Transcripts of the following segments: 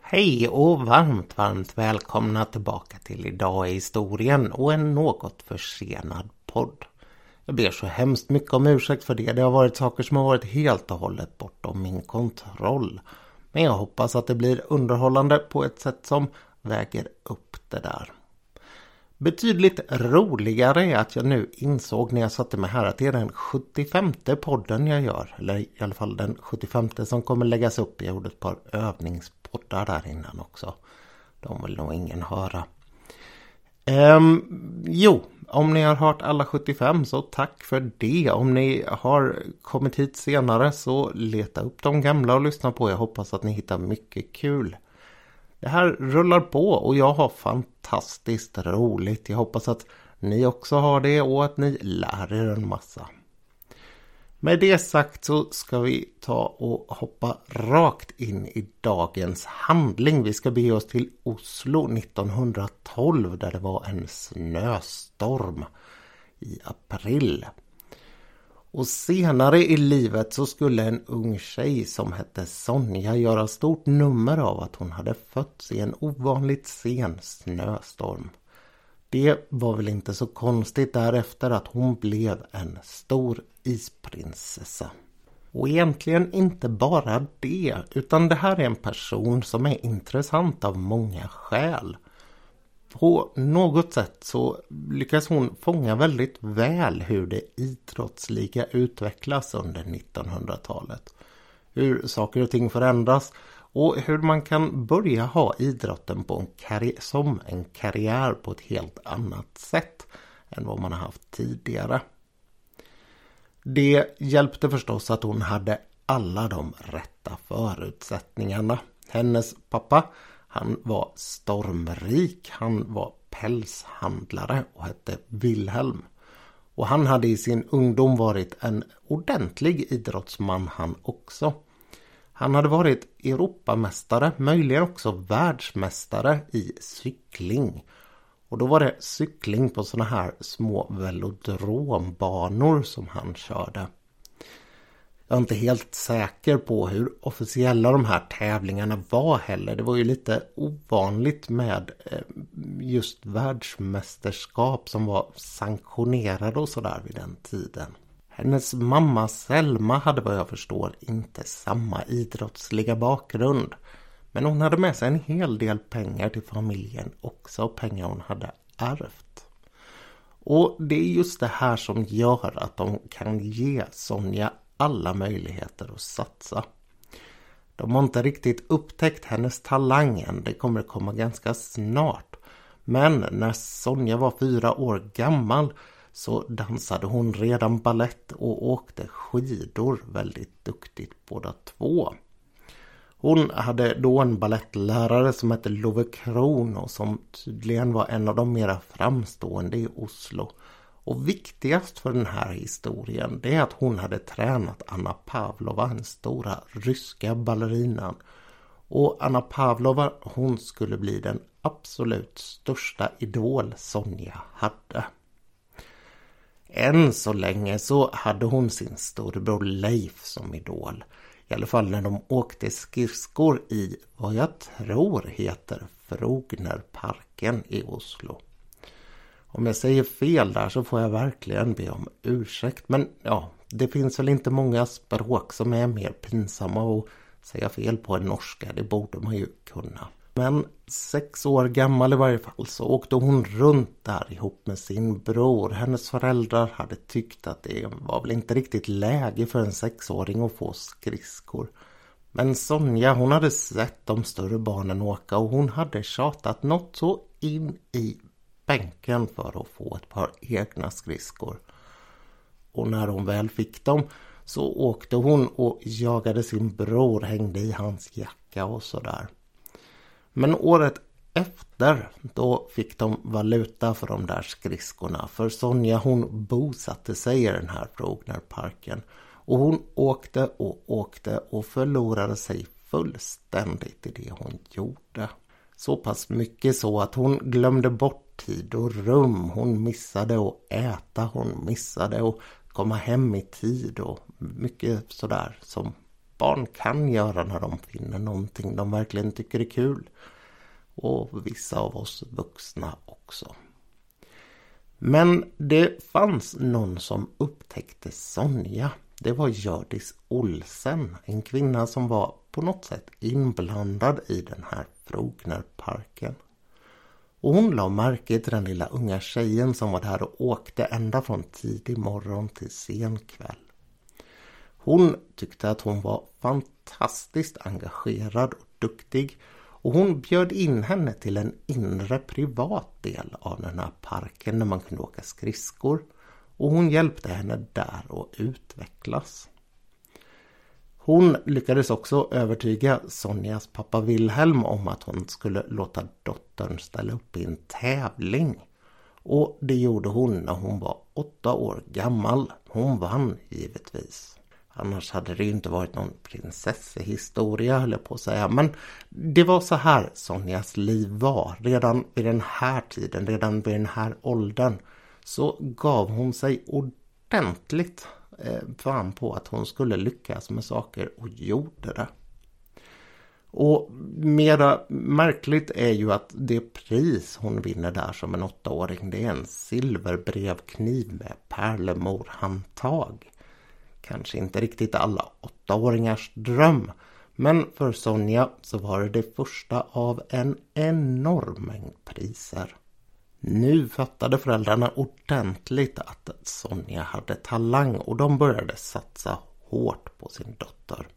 Hej och varmt välkomna tillbaka till Idag i historien och en något försenad podd. Jag ber så hemskt mycket om ursäkt för det. Det har varit saker som har varit helt och hållet bortom min kontroll. Men jag hoppas att det blir underhållande på ett sätt som väger upp det där. Betydligt roligare är att jag nu insåg när jag satte mig här att det är den 75:e podden jag gör. Eller i alla fall den 75:e som kommer läggas upp. Jag gjorde ett par övningspoddar där innan också. De vill nog ingen höra. Om ni har hört alla 75 så tack för det. Om ni har kommit hit senare så leta upp de gamla och lyssna på. Jag hoppas att ni hittar mycket kul. Det här rullar på och jag har fantastiskt roligt. Jag hoppas att ni också har det och att ni lär er en massa. Med det sagt så ska vi ta och hoppa rakt in i dagens handling. Vi ska bege oss till Oslo 1912 där det var en snöstorm i april. Och senare i livet så skulle en ung tjej som hette Sonja göra stort nummer av att hon hade fötts i en ovanligt sen snöstorm. Det var väl inte så konstigt därefter att hon blev en stor isprinsessa. Och egentligen inte bara det, utan det här är en person som är intressant av många skäl. På något sätt så lyckas hon fånga väldigt väl hur det idrottsliga utvecklas under 1900-talet. Hur saker och ting förändras och hur man kan börja ha idrotten på som en karriär på ett helt annat sätt än vad man har haft tidigare. Det hjälpte förstås att hon hade alla de rätta förutsättningarna. Hennes pappa, han var stormrik, han var pälshandlare och hette Wilhelm. Och han hade i sin ungdom varit en ordentlig idrottsman han också. Han hade varit Europamästare, möjligen också världsmästare i cykling. Och då var det cykling på såna här små velodrombanor som han körde. Jag är inte helt säker på hur officiella de här tävlingarna var heller. Det var ju lite ovanligt med just världsmästerskap som var sanktionerade och sådär vid den tiden. Hennes mamma Selma hade vad jag förstår inte samma idrottsliga bakgrund. Men hon hade med sig en hel del pengar till familjen också, pengar hon hade ärvt. Och det är just det här som gör att de kan ge Sonja alla möjligheter att satsa. De har inte riktigt upptäckt hennes talang än, det kommer komma ganska snart. Men när Sonja var 4 år gammal så dansade hon redan ballett och åkte skidor väldigt duktigt båda två. Hon hade då en ballettlärare som hette Love Kron och som tydligen var en av de mera framstående i Oslo. Och viktigast för den här historien det är att hon hade tränat Anna Pavlova, den stora ryska ballerinan. Och Anna Pavlova, hon skulle bli den absolut största idol Sonja hade. Än så länge så hade hon sin storebror Leif som idol. I alla fall när de åkte skridskor i vad jag tror heter Frognerparken i Oslo. Om jag säger fel där så får jag verkligen be om ursäkt. Men ja, det finns väl inte många språk som är mer pinsamma att säga fel på än norska. Det borde man ju kunna. Men 6 år gammal i varje fall så åkte hon runt där ihop med sin bror. Hennes föräldrar hade tyckt att det var väl inte riktigt läge för en 6-åring att få skridskor. Men Sonja, hon hade sett de större barnen åka och hon hade tjatat något så in i bänken för att få ett par egna skridskor. Och när hon väl fick dem så åkte hon och jagade sin bror, hängde i hans jacka och sådär. Men året efter då fick de valuta för de där skridskorna. För Sonja hon bosatte sig i den här Frognerparken. Och hon åkte och förlorade sig fullständigt i det hon gjorde. Så pass mycket så att hon glömde bort tid och rum. Hon missade att äta, hon missade att komma hem i tid och mycket sådär som barn kan göra när de finner någonting de verkligen tycker är kul. Och vissa av oss vuxna också. Men det fanns någon som upptäckte Sonja. Det var Hjördis Olsen, en kvinna som var på något sätt inblandad i den här Frognerparken. Och hon la märke till den lilla unga tjejen som var där och åkte ända från tidig morgon till sen kväll. Hon tyckte att hon var fantastiskt engagerad och duktig och hon bjöd in henne till en inre privat del av den här parken där man kunde åka skridskor och hon hjälpte henne där att utvecklas. Hon lyckades också övertyga Sonjas pappa Wilhelm om att hon skulle låta dottern ställa upp i en tävling. Och det gjorde hon när hon var 8 år gammal. Hon vann givetvis. Annars hade det ju inte varit någon prinsessehistoria, höll jag på att säga. Men det var så här Sonjas liv var. Redan vid den här tiden, redan vid den här åldern, så gav hon sig ordentligt fan på att hon skulle lyckas med saker och gjorde det. Och mera märkligt är ju att det pris hon vinner där som en 8-åring, det är en silverbrevkniv med pärlemorhandtag. Kanske inte riktigt alla 8-åringars dröm, men för Sonja så var det första av en enorm mängd priser. Nu fattade föräldrarna ordentligt att Sonja hade talang och de började satsa hårt på sin dotter.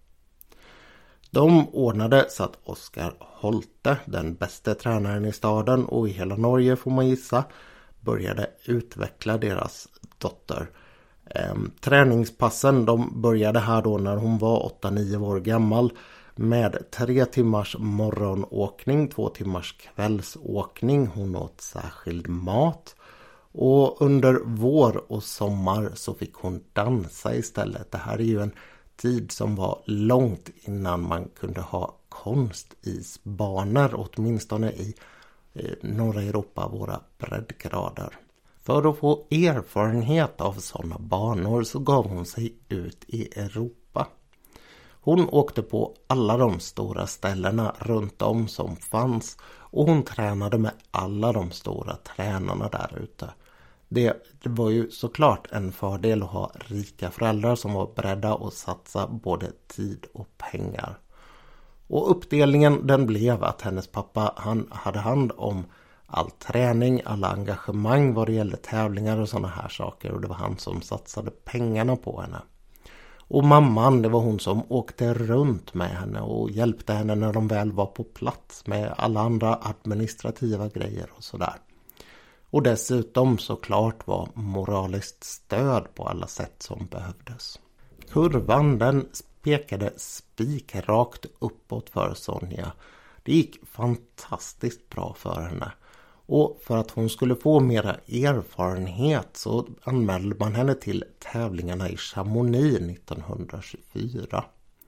De ordnade så att Oskar Holte, den bästa tränaren i staden och i hela Norge får man gissa, började utveckla deras dotter. Träningspassen de började här då när hon var 8-9 år gammal med 3 timmars morgonåkning, 2 timmars kvällsåkning. Hon åt särskild mat och under vår och sommar så fick hon dansa istället. Det här är ju en tid som var långt innan man kunde ha konstisbanor, åtminstone i norra Europa, våra breddgrader. För att få erfarenhet av sådana banor så gav hon sig ut i Europa. Hon åkte på alla de stora ställena runt om som fanns och hon tränade med alla de stora tränarna där ute. Det var ju såklart en fördel att ha rika föräldrar som var beredda att satsa både tid och pengar. Och uppdelningen den blev att hennes pappa han hade hand om all träning, alla engagemang vad det gällde tävlingar och sådana här saker. Och det var han som satsade pengarna på henne. Och mamman, det var hon som åkte runt med henne och hjälpte henne när de väl var på plats med alla andra administrativa grejer och sådär. Och dessutom såklart var moraliskt stöd på alla sätt som behövdes. Kurvan den pekade spikrakt uppåt för Sonja. Det gick fantastiskt bra för henne. Och för att hon skulle få mera erfarenhet så anmälde man henne till tävlingarna i Chamonix 1924.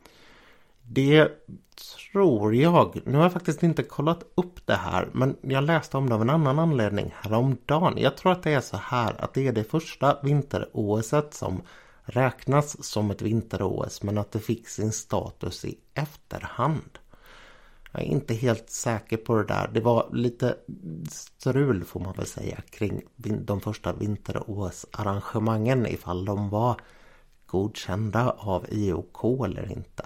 Det tror jag, nu har jag faktiskt inte kollat upp det här, men jag läste om det av en annan anledning häromdagen. Jag tror att det är så här att det är det första vinter-OS:et som räknas som ett vinter-OS, men att det fick sin status i efterhand. Jag är inte helt säker på det där. Det var lite strul får man väl säga kring de första vinter-OS-arrangemangen ifall de var godkända av IOK eller inte.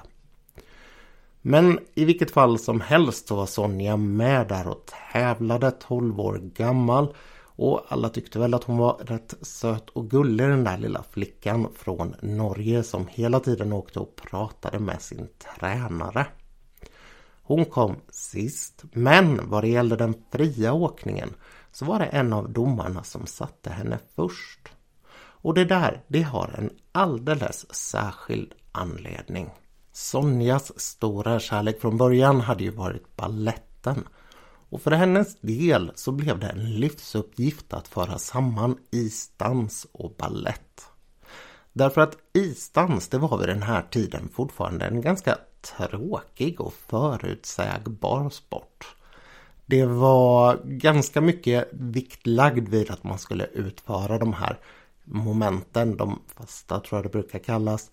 Men i vilket fall som helst så var Sonja med där och tävlade 12 år gammal. Och alla tyckte väl att hon var rätt söt och gullig, den där lilla flickan från Norge som hela tiden åkte och pratade med sin tränare. Hon kom sist, men vad det gällde den fria åkningen så var det en av domarna som satte henne först. Och det har en alldeles särskild anledning. Sonjas stora kärlek från början hade ju varit balletten. Och för hennes del så blev det en livsuppgift att föra samman isdans och ballett. Därför att isdans, det var vid den här tiden fortfarande en ganska tråkig och förutsägbar sport. Det var ganska mycket vikt lagd vid att man skulle utföra de här momenten, de fasta tror jag det brukar kallas,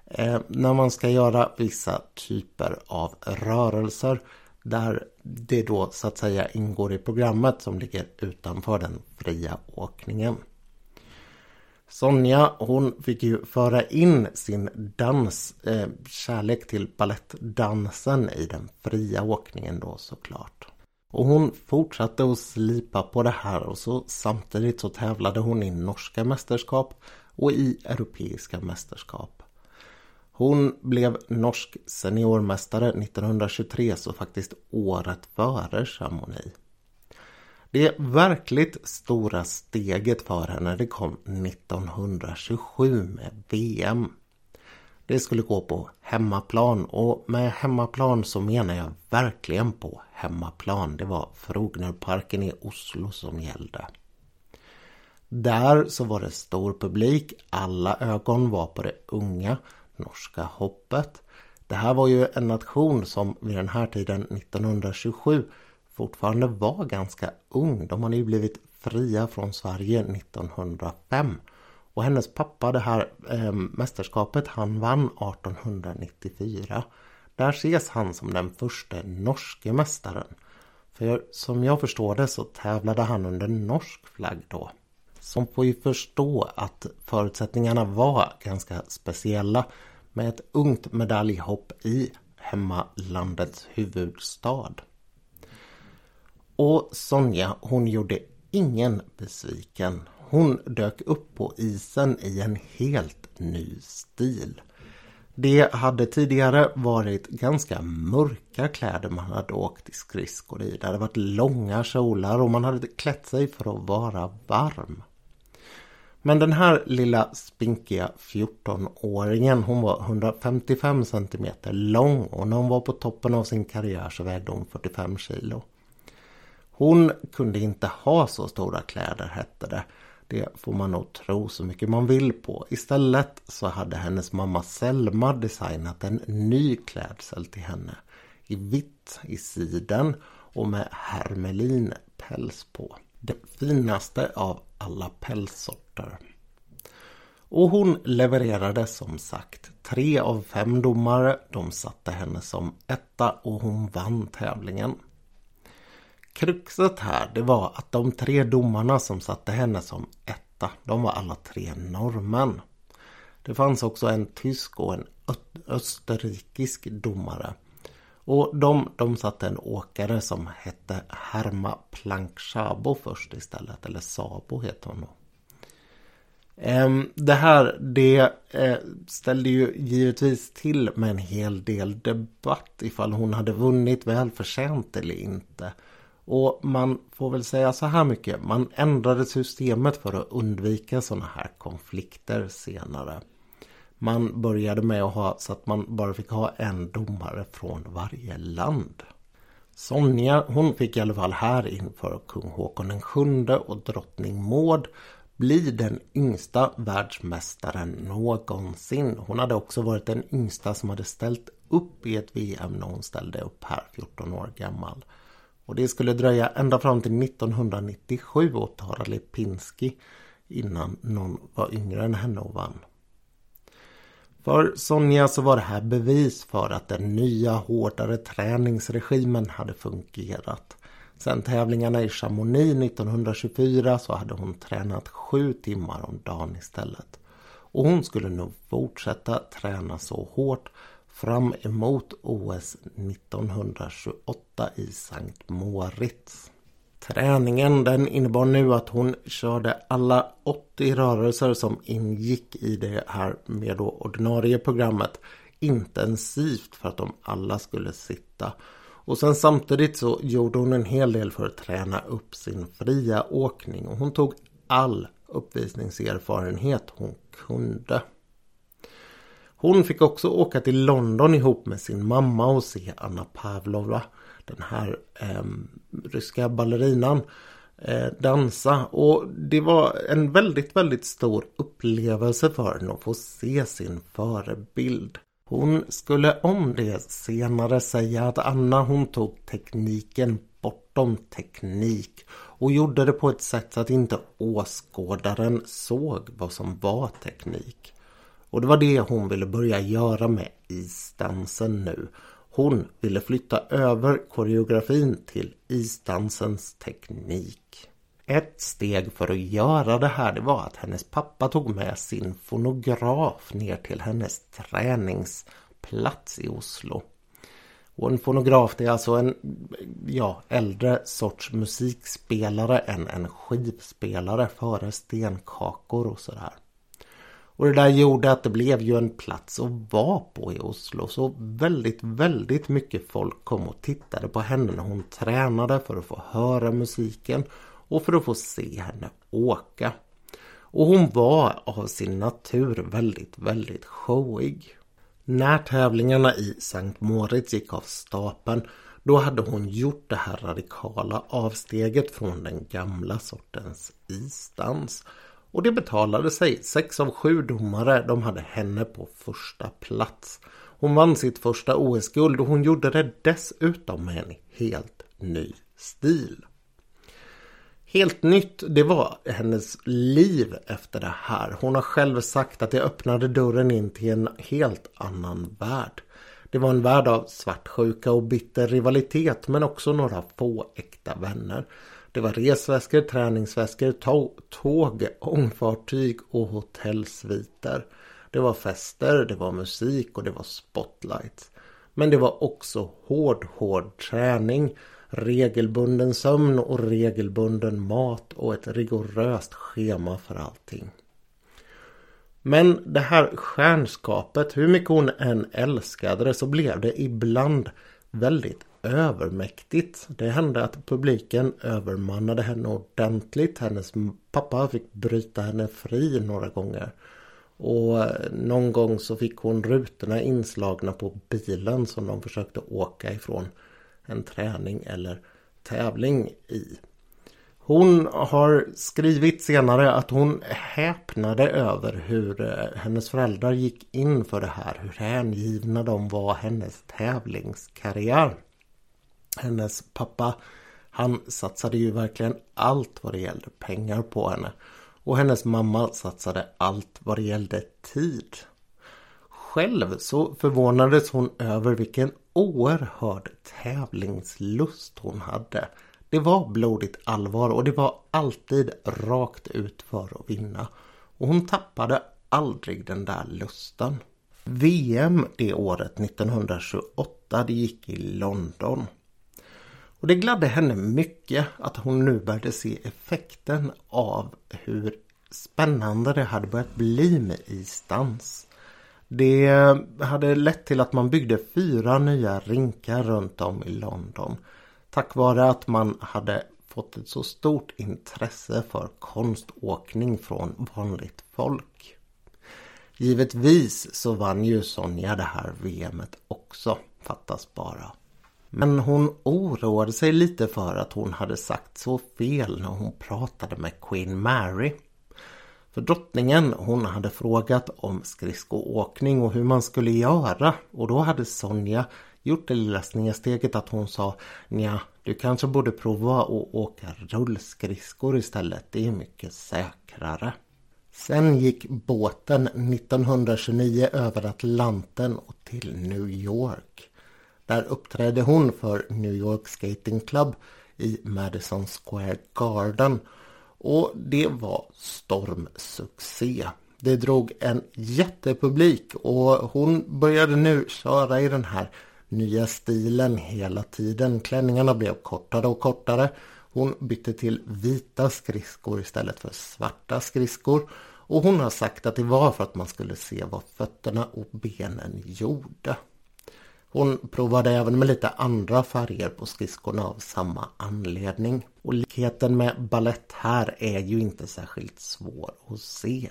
När man ska göra vissa typer av rörelser där det då så att säga ingår i programmet som ligger utanför den fria åkningen. Sonja, hon fick ju föra in sin kärlek till ballettdansen i den fria åkningen då såklart. Och hon fortsatte att slipa på det här och så samtidigt så tävlade hon i norska mästerskap och i europeiska mästerskap. Hon blev norsk seniormästare 1923, så faktiskt året före Chamonix. Det verkligt stora steget för henne det kom 1927 med VM. Det skulle gå på hemmaplan, och med hemmaplan så menar jag verkligen på hemmaplan. Det var Frognerparken i Oslo som gällde. Där så var det stor publik, alla ögon var på det unga norska hoppet. Det här var ju en nation som vid den här tiden 1927 fortfarande var ganska ung. De hade ju blivit fria från Sverige 1905. Och hennes pappa, det här mästerskapet, han vann 1894. Där ses han som den första norske mästaren. För som jag förstår det så tävlade han under norsk flagg då. Som får ju förstå att förutsättningarna var ganska speciella med ett ungt medaljhopp i hemmalandets huvudstad. Och Sonja, hon gjorde ingen besviken. Hon dök upp på isen i en helt ny stil. Det hade tidigare varit ganska mörka kläder man hade åkt i skridskor i. Det hade varit långa kjolar och man hade klätt sig för att vara varm. Men den här lilla spinkiga 14-åringen, hon var 155 cm lång och när hon var på toppen av sin karriär så vägde hon 45 kilo. Hon kunde inte ha så stora kläder, hette det. Det får man nog tro så mycket man vill på. Istället så hade hennes mamma Selma designat en ny klädsel till henne. I vitt, i siden och med hermelinpäls på. Det finaste av alla pälssorter. Och hon levererade som sagt 3 av 5 domare. De satte henne som etta och hon vann tävlingen. Kruxet här, det var att de 3 domarna som satte henne som etta, de var alla 3 norrmän. Det fanns också en tysk och en österrikisk domare. Och de satte en åkare som hette Herma Plank-Szabo först istället, eller Sabo heter hon då. Det här ställde ju givetvis till med en hel del debatt ifall hon hade vunnit välförtjänt eller inte. Och man får väl säga så här mycket, man ändrade systemet för att undvika sådana här konflikter senare. Man började med att ha så att man bara fick ha en domare från varje land. Sonja, hon fick i alla fall här inför kung Håkon den 7 och drottning Maud bli den yngsta världsmästaren någonsin. Hon hade också varit den yngsta som hade ställt upp i ett VM när hon ställde upp här 14 år gammal. Och det skulle dröja ända fram till 1997 åt Harald Lipinski innan någon var yngre än henne och vann. För Sonja så var det här bevis för att den nya hårdare träningsregimen hade fungerat. Sen tävlingarna i Chamonix 1924 så hade hon tränat 7 timmar om dagen istället. Och hon skulle nog fortsätta träna så hårt fram emot OS 1928 i Sankt Moritz. Träningen den innebar nu att hon körde alla 80 rörelser som ingick i det här med då ordinarie programmet intensivt för att de alla skulle sitta. Och sen samtidigt så gjorde hon en hel del för att träna upp sin fria åkning och hon tog all uppvisningserfarenhet hon kunde. Hon fick också åka till London ihop med sin mamma och se Anna Pavlova, den här ryska ballerinan, dansa. Och det var en väldigt, väldigt stor upplevelse för henne att få se sin förebild. Hon skulle om det senare säga att Anna hon tog tekniken bortom teknik och gjorde det på ett sätt så att inte åskådaren såg vad som var teknik. Och det var det hon ville börja göra med isdansen nu. Hon ville flytta över koreografin till isdansens teknik. Ett steg för att göra det här, det var att hennes pappa tog med sin fonograf ner till hennes träningsplats i Oslo. Och en fonograf, det är alltså en äldre sorts musikspelare än en skivspelare före stenkakor och sådär. Och det där gjorde att det blev ju en plats att vara på i Oslo. Så väldigt, väldigt mycket folk kom och tittade på henne när hon tränade för att få höra musiken och för att få se henne åka. Och hon var av sin natur väldigt, väldigt showig. När tävlingarna i Sankt Moritz gick av stapeln, då hade hon gjort det här radikala avsteget från den gamla sortens isdans. Och det betalade sig. 6 av 7 domare, de hade henne på första plats. Hon vann sitt första OS-guld och hon gjorde det dessutom med en helt ny stil. Helt nytt, det var hennes liv efter det här. Hon har själv sagt att det öppnade dörren in till en helt annan värld. Det var en värld av svartsjuka och bitter rivalitet, men också några få äkta vänner. Det var resväskor, träningsväskor, tåg, ångfartyg och hotellsviter. Det var fester, det var musik och det var spotlights. Men det var också hård träning, regelbunden sömn och regelbunden mat och ett rigoröst schema för allting. Men det här stjärnskapet, hur mycket hon än älskade det, så blev det ibland väldigt övermäktigt. Det hände att publiken övermannade henne ordentligt. Hennes pappa fick bryta henne fri några gånger. Och någon gång så fick hon rutorna inslagna på bilen som de försökte åka ifrån en träning eller tävling i. Hon har skrivit senare att hon häpnade över hur hennes föräldrar gick in för det här. Hur hängivna de var hennes tävlingskarriär. Hennes pappa, han satsade ju verkligen allt vad det gällde pengar på henne. Och hennes mamma satsade allt vad det gällde tid. Själv så förvånades hon över vilken oerhörd tävlingslust hon hade. Det var blodigt allvar och det var alltid rakt ut för att vinna. Och hon tappade aldrig den där lusten. VM det året 1928, det gick i London. Och det gladde henne mycket att hon nu började se effekten av hur spännande det hade börjat bli med isdans. Det hade lett till att man byggde 4 nya rinkar runt om i London. Tack vare att man hade fått ett så stort intresse för konståkning från vanligt folk. Givetvis så vann ju Sonja det här VMet också, fattas bara. Men hon oroade sig lite för att hon hade sagt så fel när hon pratade med Queen Mary. För drottningen, hon hade frågat om skridskoåkning och hur man skulle göra. Och då hade Sonja gjort det lilla snedsteget att hon sa: "Nja, du kanske borde prova att åka rullskridskor istället. Det är mycket säkrare." Sen gick båten 1929 över Atlanten och till New York. Där uppträdde hon för New York Skating Club i Madison Square Garden. Och det var stormsuccé. Det drog en jättepublik och hon började nu köra i den här nya stilen hela tiden. Klänningarna blev kortare och kortare. Hon bytte till vita skridskor istället för svarta skridskor. Och hon har sagt att det var för att man skulle se vad fötterna och benen gjorde. Hon provade även med lite andra färger på skridskorna av samma anledning. Och likheten med ballett här är ju inte särskilt svår att se.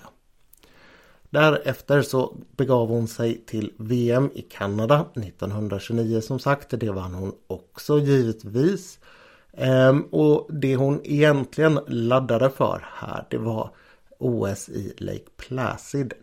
Därefter så begav hon sig till VM i Kanada 1929 som sagt. Det vann hon också givetvis. Och det hon egentligen laddade för här, det var OS i Lake Placid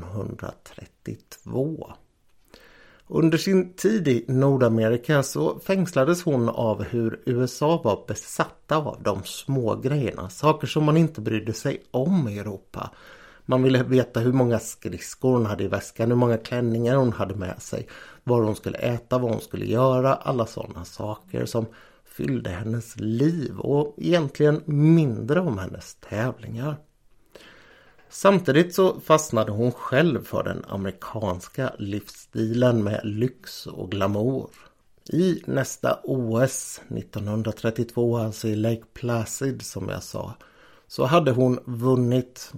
1932. Under sin tid i Nordamerika så fängslades hon av hur USA var besatta av de små grejerna. Saker som man inte brydde sig om i Europa. Man ville veta hur många skridskor hon hade i väskan, hur många klänningar hon hade med sig, vad hon skulle äta, vad hon skulle göra, alla sådana saker som fyllde hennes liv och egentligen mindre om hennes tävlingar. Samtidigt så fastnade hon själv för den amerikanska livsstilen med lyx och glamour. I nästa OS 1932, alltså i Lake Placid som jag sa, så hade hon vunnit,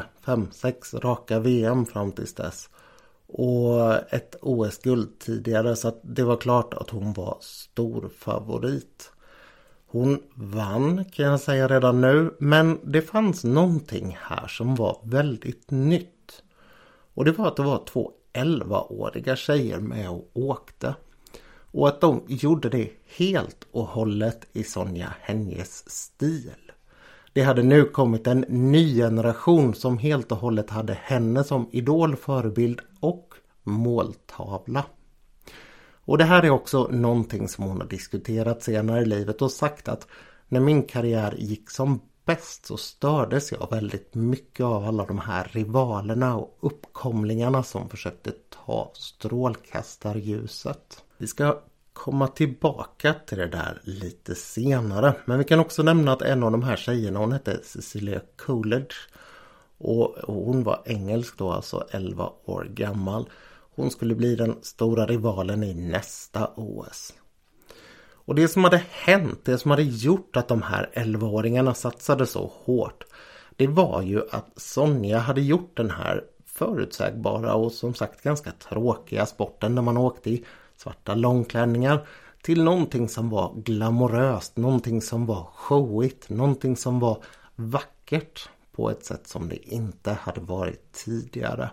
5-6 raka VM fram tills dess. Och ett OS-guld tidigare, så att det var klart att hon var stor favorit. Hon vann kan jag säga redan nu, men det fanns någonting här som var väldigt nytt. Och det var att det var 2 11-åriga tjejer med och åkte. Och att de gjorde det helt och hållet i Sonja Henjes stil. Det hade nu kommit en ny generation som helt och hållet hade henne som idol, förebild och måltavla. Och det här är också någonting som hon har diskuterat senare i livet och sagt att när min karriär gick som bäst så stördes jag väldigt mycket av alla de här rivalerna och uppkomlingarna som försökte ta strålkastarljuset. Vi ska komma tillbaka till det där lite senare. Men vi kan också nämna att en av de här tjejerna, hon hette Cecilia Coolidge. Och hon var engelsk då, alltså 11 år gammal. Hon skulle bli den stora rivalen i nästa OS. Och det som hade hänt, det som hade gjort att de här 11-åringarna satsade så hårt, det var ju att Sonja hade gjort den här förutsägbara och som sagt ganska tråkiga sporten när man åkte i svarta långklänningar till någonting som var glamoröst, någonting som var showigt, någonting som var vackert på ett sätt som det inte hade varit tidigare.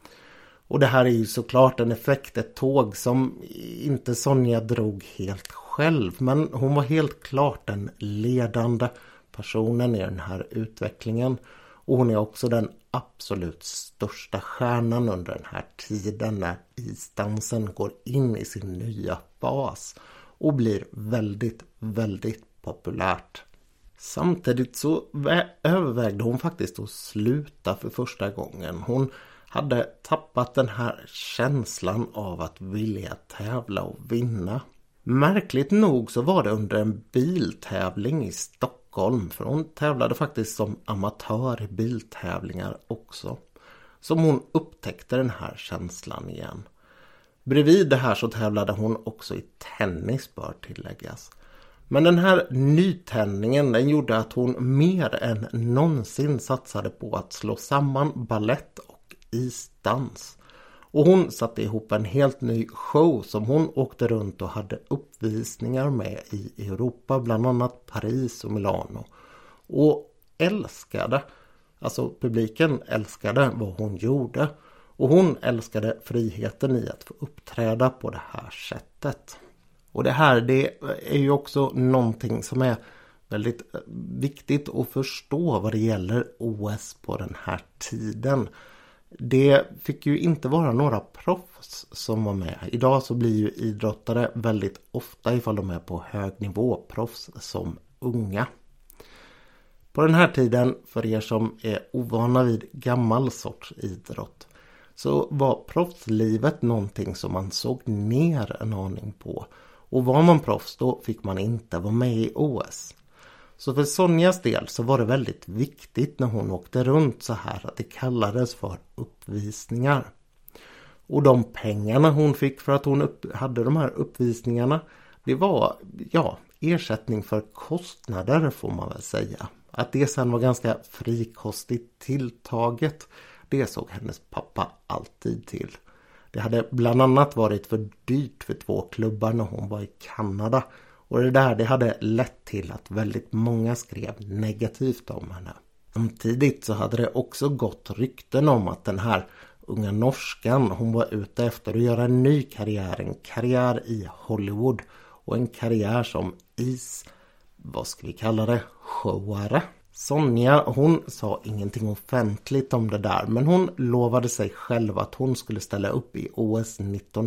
Och det här är ju såklart en effekt, ett tåg som inte Sonja drog helt själv, men hon var helt klart den ledande personen i den här utvecklingen. Och hon är också den absolut största stjärnan under den här tiden när isdansen går in i sin nya fas och blir väldigt, väldigt populärt. Samtidigt så övervägde hon faktiskt att sluta för första gången. Hon hade tappat den här känslan av att vilja tävla och vinna. Märkligt nog så var det under en biltävling i Stockholm, för hon tävlade faktiskt som amatör i biltävlingar också, som hon upptäckte den här känslan igen. Bredvid det här så tävlade hon också i tennis, bör tilläggas. Men den här nytändningen, den gjorde att hon mer än någonsin satsade på att slå samman ballett och isdans. Och hon satte ihop en helt ny show som hon åkte runt och hade uppvisningar med i Europa, bland annat Paris och Milano. Och älskade, alltså publiken älskade vad hon gjorde. Och hon älskade friheten i att få uppträda på det här sättet. Och det här, det är ju också någonting som är väldigt viktigt att förstå vad det gäller OS på den här tiden. Det fick ju inte vara några proffs som var med. Idag så blir ju idrottare väldigt ofta, ifall de är på hög nivå, proffs som unga. På den här tiden, för er som är ovana vid gammal sorts idrott, så var proffslivet någonting som man såg ner en aning på. Och var man proffs då fick man inte vara med i OS. Så för Sonjas del så var det väldigt viktigt när hon åkte runt så här att det kallades för uppvisningar. Och de pengarna hon fick för att hon hade de här uppvisningarna, det var ersättning för kostnader får man väl säga. Att det sen var ganska frikostigt tilltaget, det såg hennes pappa alltid till. Det hade bland annat varit för dyrt för 2 klubbar när hon var i Kanada. Och det hade lett till att väldigt många skrev negativt om henne. Samtidigt så hade det också gått rykten om att den här unga norskan, hon var ute efter att göra en ny karriär. En karriär i Hollywood och en karriär som showare. Sonja, hon sa ingenting offentligt om det där, men hon lovade sig själv att hon skulle ställa upp i OS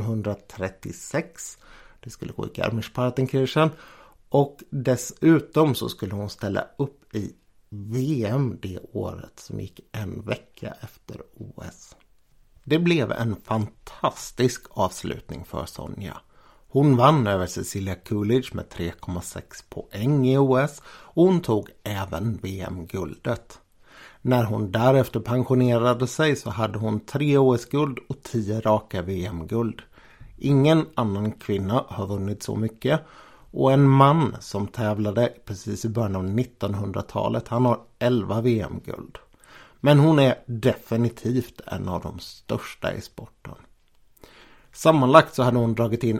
1936. Det skulle gå i Garmisch-Partenkirchen. Och dessutom så skulle hon ställa upp i VM det året som gick en vecka efter OS. Det blev en fantastisk avslutning för Sonja. Hon vann över Cecilia Coolidge med 3,6 poäng i OS och hon tog även VM-guldet. När hon därefter pensionerade sig så hade hon 3 OS-guld och 10 raka VM-guld. Ingen annan kvinna har vunnit så mycket. Och en man som tävlade precis i början av 1900-talet, han har 11 VM-guld. Men hon är definitivt en av de största i sporten. Sammanlagt så hade hon dragit in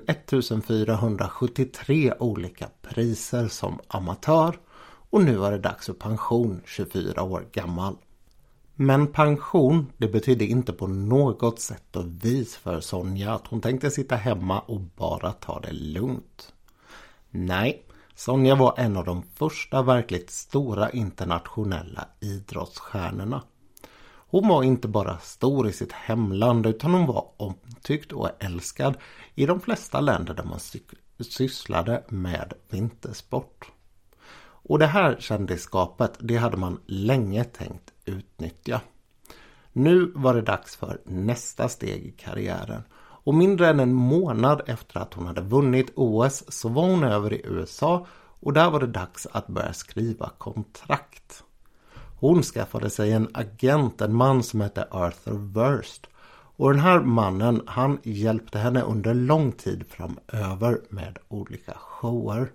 1473 olika priser som amatör och nu var det dags för pension 24 år gammal. Men pension, det betydde inte på något sätt och vis för Sonja att hon tänkte sitta hemma och bara ta det lugnt. Nej, Sonja var en av de första verkligt stora internationella idrottsstjärnorna. Hon var inte bara stor i sitt hemland utan hon var omtyckt och älskad i de flesta länder där man sysslade med vintersport. Och det här kändisskapet, det hade man länge tänkt utnyttja. Nu var det dags för nästa steg i karriären. Och mindre än en månad efter att hon hade vunnit OS så var hon över i USA och där var det dags att börja skriva kontrakt. Hon skaffade sig en agent, en man som hette Arthur Wurst. Och den här mannen, han hjälpte henne under lång tid framöver med olika shower.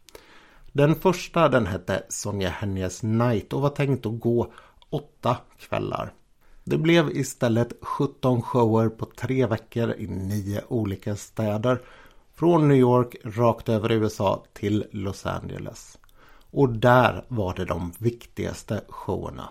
Den första, den hette Sonja Heniers Night och var tänkt att gå 8 kvällar. Det blev istället 17 shower på 3 veckor i 9 olika städer. Från New York rakt över USA till Los Angeles. Och där var det de viktigaste showerna.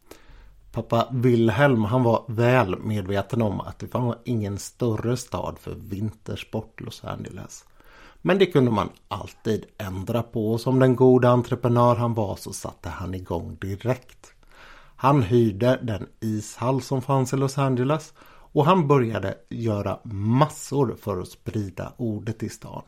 Pappa Wilhelm, han var väl medveten om att det var ingen större stad för vintersport Los Angeles. Men det kunde man alltid ändra på och som den goda entreprenör han var så satte han igång direkt. Han hyrde den ishall som fanns i Los Angeles och han började göra massor för att sprida ordet i stan.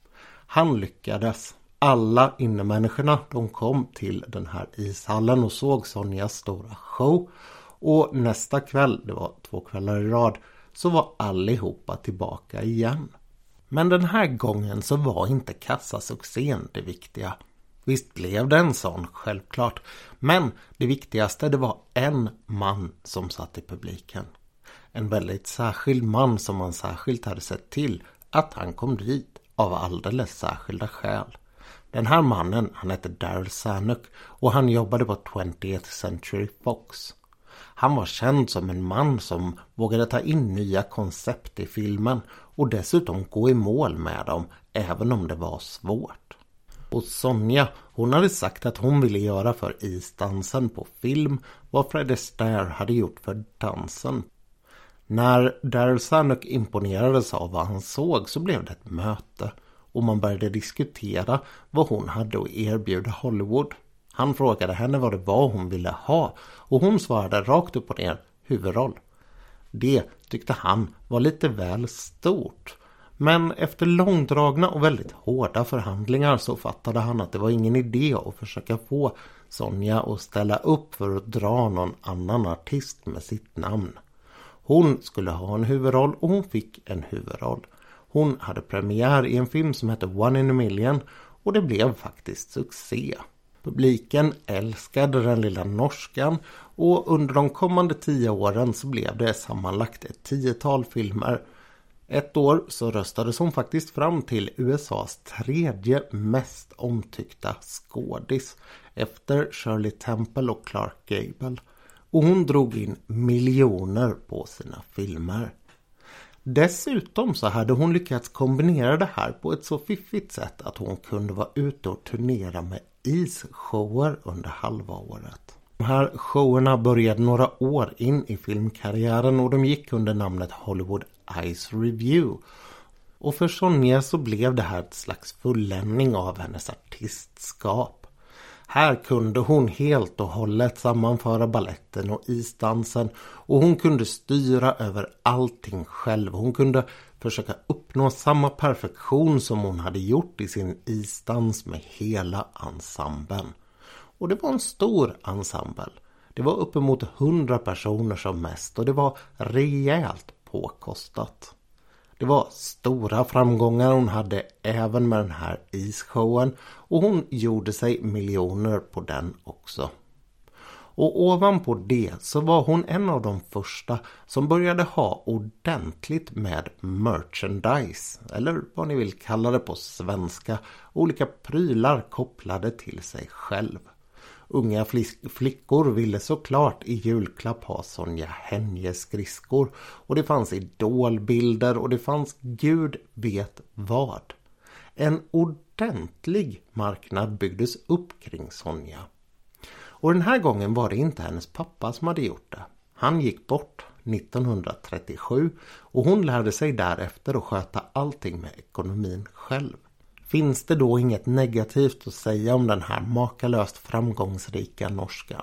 Han lyckades. Alla innemänniskorna, de kom till den här ishallen och såg Sonjas stora show. Och nästa kväll, det var 2 kvällar i rad, så var allihopa tillbaka igen. Men den här gången så var inte kassasuccén det viktiga. Visst blev det en sån, självklart. Men det viktigaste, det var en man som satt i publiken. En väldigt särskild man som man särskilt hade sett till att han kom dit av alldeles särskilda skäl. Den här mannen, han hette Darryl Zanuck och han jobbade på 20th Century Fox. Han var känd som en man som vågade ta in nya koncept i filmen och dessutom gå i mål med dem även om det var svårt. Och Sonja, hon hade sagt att hon ville göra för isdansen på film vad Fred Astaire hade gjort för dansen. När Darryl Zanuck imponerades av vad han såg så blev det ett möte och man började diskutera vad hon hade att erbjuda Hollywood. Han frågade henne vad det var hon ville ha och hon svarade rakt upp och ner huvudroll. Det tyckte han var lite väl stort. Men efter långdragna och väldigt hårda förhandlingar så fattade han att det var ingen idé att försöka få Sonja att ställa upp för att dra någon annan artist med sitt namn. Hon skulle ha en huvudroll och hon fick en huvudroll. Hon hade premiär i en film som hette One in a Million och det blev faktiskt succé. Publiken älskade den lilla norskan och under de kommande 10 åren så blev det sammanlagt ett 10-tal filmer. Ett år så röstades hon faktiskt fram till USAs 3:e mest omtyckta skådis efter Shirley Temple och Clark Gable. Och hon drog in miljoner på sina filmer. Dessutom så hade hon lyckats kombinera det här på ett så fiffigt sätt att hon kunde vara ute och turnera med isshower under halva året. De här showerna började några år in i filmkarriären och de gick under namnet Hollywood Ice Review. Och för Sonja så blev det här ett slags fulländning av hennes artistskap. Här kunde hon helt och hållet sammanföra balletten och isdansen och hon kunde styra över allting själv. Hon kunde försöka uppnå samma perfektion som hon hade gjort i sin isdans med hela ensemblen. Och det var en stor ensemble. Det var uppemot 100 personer som mest och det var rejält påkostat. Det var stora framgångar hon hade även med den här isshowen och hon gjorde sig miljoner på den också. Och ovanpå det så var hon en av de första som började ha ordentligt med merchandise, eller vad ni vill kalla det på svenska, olika prylar kopplade till sig själv. Unga flickor ville såklart i julklapp ha Sonja Henje-skridskor och det fanns idolbilder och det fanns gud vet vad. En ordentlig marknad byggdes upp kring Sonja. Och den här gången var det inte hennes pappa som hade gjort det. Han gick bort 1937 och hon lärde sig därefter att sköta allting med ekonomin själv. Finns det då inget negativt att säga om den här makalöst framgångsrika norskan?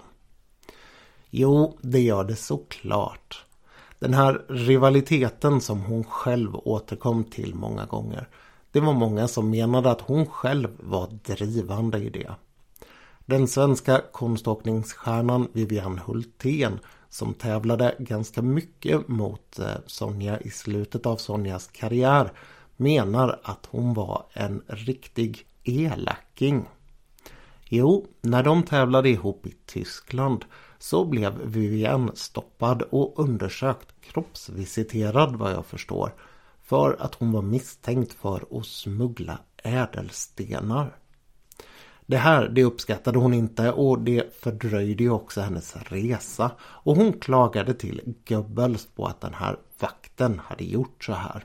Jo, det gör det såklart. Den här rivaliteten som hon själv återkom till många gånger. Det var många som menade att hon själv var drivande i det. Den svenska konståkningsstjärnan Vivian Hultén som tävlade ganska mycket mot Sonja i slutet av Sonjas karriär menar att hon var en riktig elaking. Jo, när de tävlade ihop i Tyskland så blev Vivian stoppad och undersökt, kroppsvisiterad vad jag förstår, för att hon var misstänkt för att smuggla ädelstenar. Det uppskattade hon inte och det fördröjde ju också hennes resa och hon klagade till Goebbels på att den här vakten hade gjort så här.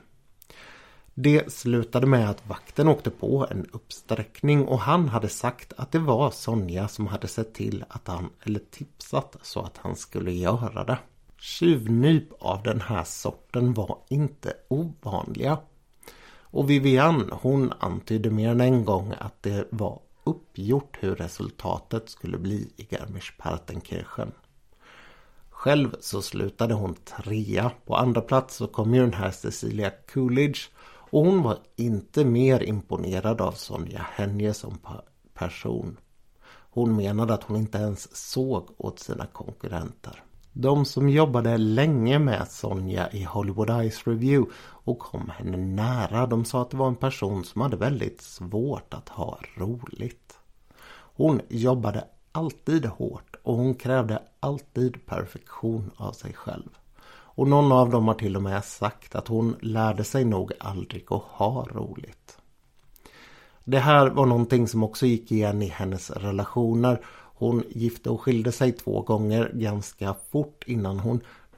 Det slutade med att vakten åkte på en uppsträckning och han hade sagt att det var Sonja som hade sett till att han, eller tipsat så att han skulle göra det. Tjuvnyp av den här sorten var inte ovanliga. Och Vivian, hon antydde mer än en gång att det var uppgjort hur resultatet skulle bli i Garmisch-Partenkirchen. Själv så slutade hon 3. På andra plats så kom ju den här Cecilia Coolidge och hon var inte mer imponerad av Sonja Henje som person. Hon menade att hon inte ens såg åt sina konkurrenter. De som jobbade länge med Sonja i Hollywood Eyes Review och kom henne nära, de sa att det var en person som hade väldigt svårt att ha roligt. Hon jobbade alltid hårt och hon krävde alltid perfektion av sig själv. Och någon av dem har till och med sagt att hon lärde sig nog aldrig att ha roligt. Det här var någonting som också gick igen i hennes relationer. Hon gifte och skilde sig 2 gånger ganska fort innan hon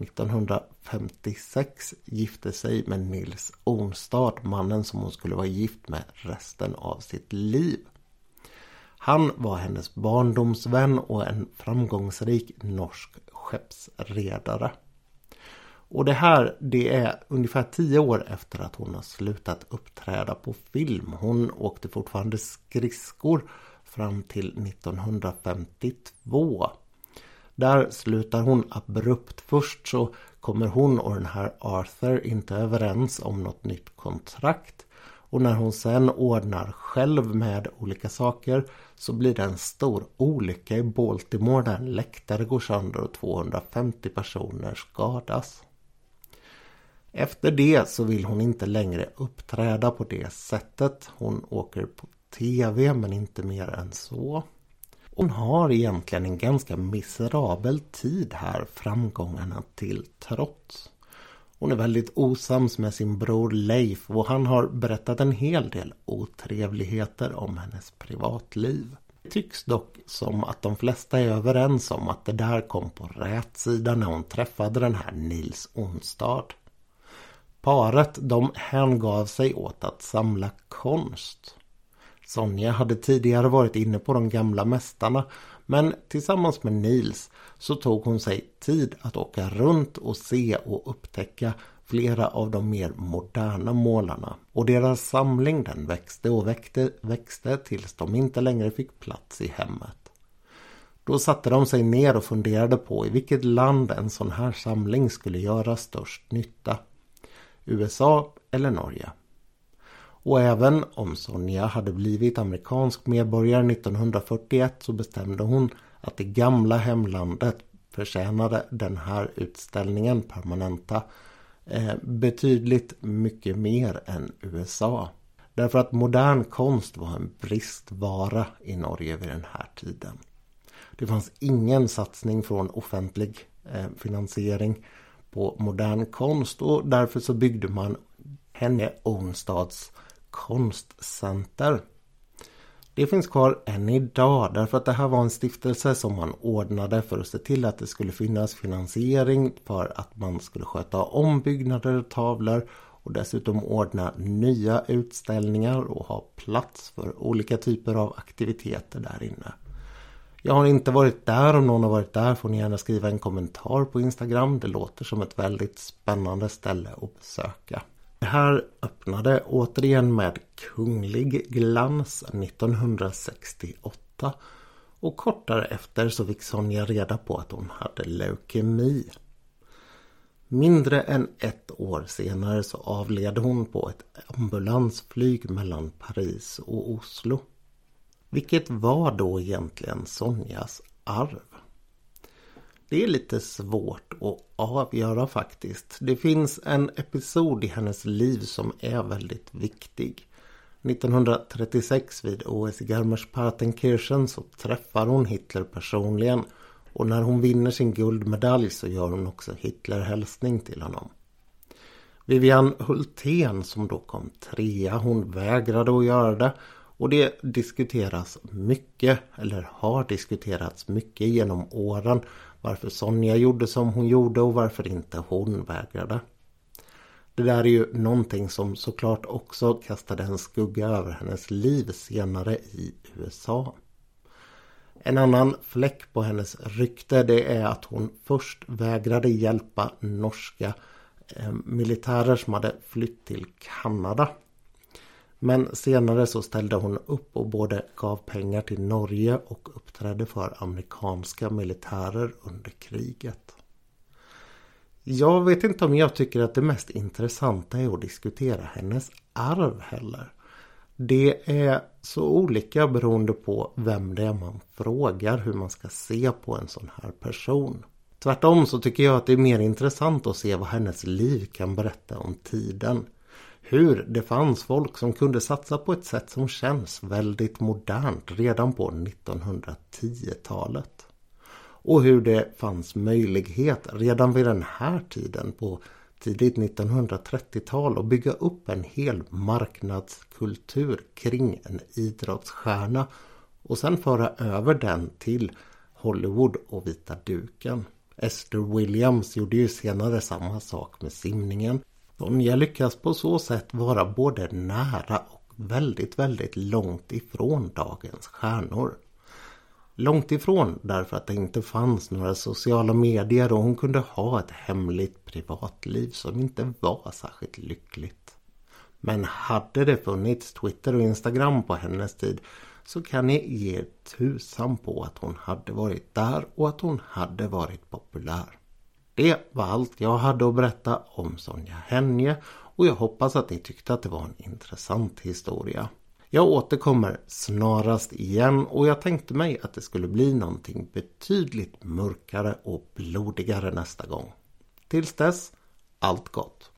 1956 gifte sig med Nils Ornstad, mannen som hon skulle vara gift med resten av sitt liv. Han var hennes barndomsvän och en framgångsrik norsk skeppsredare. Och det är ungefär 10 år efter att hon har slutat uppträda på film. Hon åkte fortfarande skridskor fram till 1952. Där slutar hon abrupt. Först så kommer hon och den här Arthur inte överens om något nytt kontrakt. Och när hon sen ordnar själv med olika saker så blir det en stor olycka i Baltimore där en läktare går sönder och 250 personer skadas. Efter det så vill hon inte längre uppträda på det sättet. Hon åker på tv men inte mer än så. Hon har egentligen en ganska miserabel tid här, framgångarna till trots. Hon är väldigt osams med sin bror Leif och han har berättat en hel del otrevligheter om hennes privatliv. Det tycks dock som att de flesta är överens om att det där kom på rätt sida när hon träffade den här Nils Ornstad. Paret, de hängav sig åt att samla konst. Sonja hade tidigare varit inne på de gamla mästarna, men tillsammans med Nils så tog hon sig tid att åka runt och se och upptäcka flera av de mer moderna målarna. Och deras samling den växte och växte tills de inte längre fick plats i hemmet. Då satte de sig ner och funderade på i vilket land en sån här samling skulle göra störst nytta. USA eller Norge. Och även om Sonja hade blivit amerikansk medborgare 1941 så bestämde hon att det gamla hemlandet förtjänade den här utställningen permanenta betydligt mycket mer än USA. Därför att modern konst var en bristvara i Norge vid den här tiden. Det fanns ingen satsning från offentlig finansiering på modern konst och därför så byggde man Henny Onstads konstcenter. Det finns kvar än idag därför att det här var en stiftelse som man ordnade för att se till att det skulle finnas finansiering för att man skulle sköta ombyggnader och tavlor och dessutom ordna nya utställningar och ha plats för olika typer av aktiviteter där inne. Jag har inte varit där, om någon har varit där får ni gärna skriva en kommentar på Instagram. Det låter som ett väldigt spännande ställe att besöka. Det här öppnade återigen med kunglig glans 1968 och kort därefter så fick Sonja reda på att hon hade leukemi. Mindre än ett år senare så avled hon på ett ambulansflyg mellan Paris och Oslo. Vilket var då egentligen Sonjas arv? Det är lite svårt att avgöra faktiskt. Det finns en episod i hennes liv som är väldigt viktig. 1936 vid OS i Garmisch-Partenkirchen så träffar hon Hitler personligen. Och när hon vinner sin guldmedalj så gör hon också Hitler-hälsning till honom. Vivian Hultén som då kom trea, hon vägrade att göra det. Och det diskuteras mycket, eller har diskuterats mycket genom åren. Varför Sonja gjorde som hon gjorde och varför inte hon vägrade. Det där är ju någonting som såklart också kastade en skugga över hennes liv senare i USA. En annan fläck på hennes rykte det är att hon först vägrade hjälpa norska militärer som hade flytt till Kanada. Men senare så ställde hon upp och både gav pengar till Norge och uppträdde för amerikanska militärer under kriget. Jag vet inte om jag tycker att det mest intressanta är att diskutera hennes arv heller. Det är så olika beroende på vem det är man frågar hur man ska se på en sån här person. Tvärtom så tycker jag att det är mer intressant att se vad hennes liv kan berätta om tiden. Hur det fanns folk som kunde satsa på ett sätt som känns väldigt modernt redan på 1910-talet. Och hur det fanns möjlighet redan vid den här tiden på tidigt 1930-tal att bygga upp en hel marknadskultur kring en idrottsstjärna och sen föra över den till Hollywood och vita duken. Esther Williams gjorde ju senare samma sak med simningen. Sonja lyckas på så sätt vara både nära och väldigt, väldigt långt ifrån dagens stjärnor. Långt ifrån därför att det inte fanns några sociala medier och hon kunde ha ett hemligt privatliv som inte var särskilt lyckligt. Men hade det funnits Twitter och Instagram på hennes tid så kan ni ge tusan på att hon hade varit där och att hon hade varit populär. Det var allt jag hade att berätta om Sonja Henje och jag hoppas att ni tyckte att det var en intressant historia. Jag återkommer snarast igen och jag tänkte mig att det skulle bli någonting betydligt mörkare och blodigare nästa gång. Tills dess, allt gott!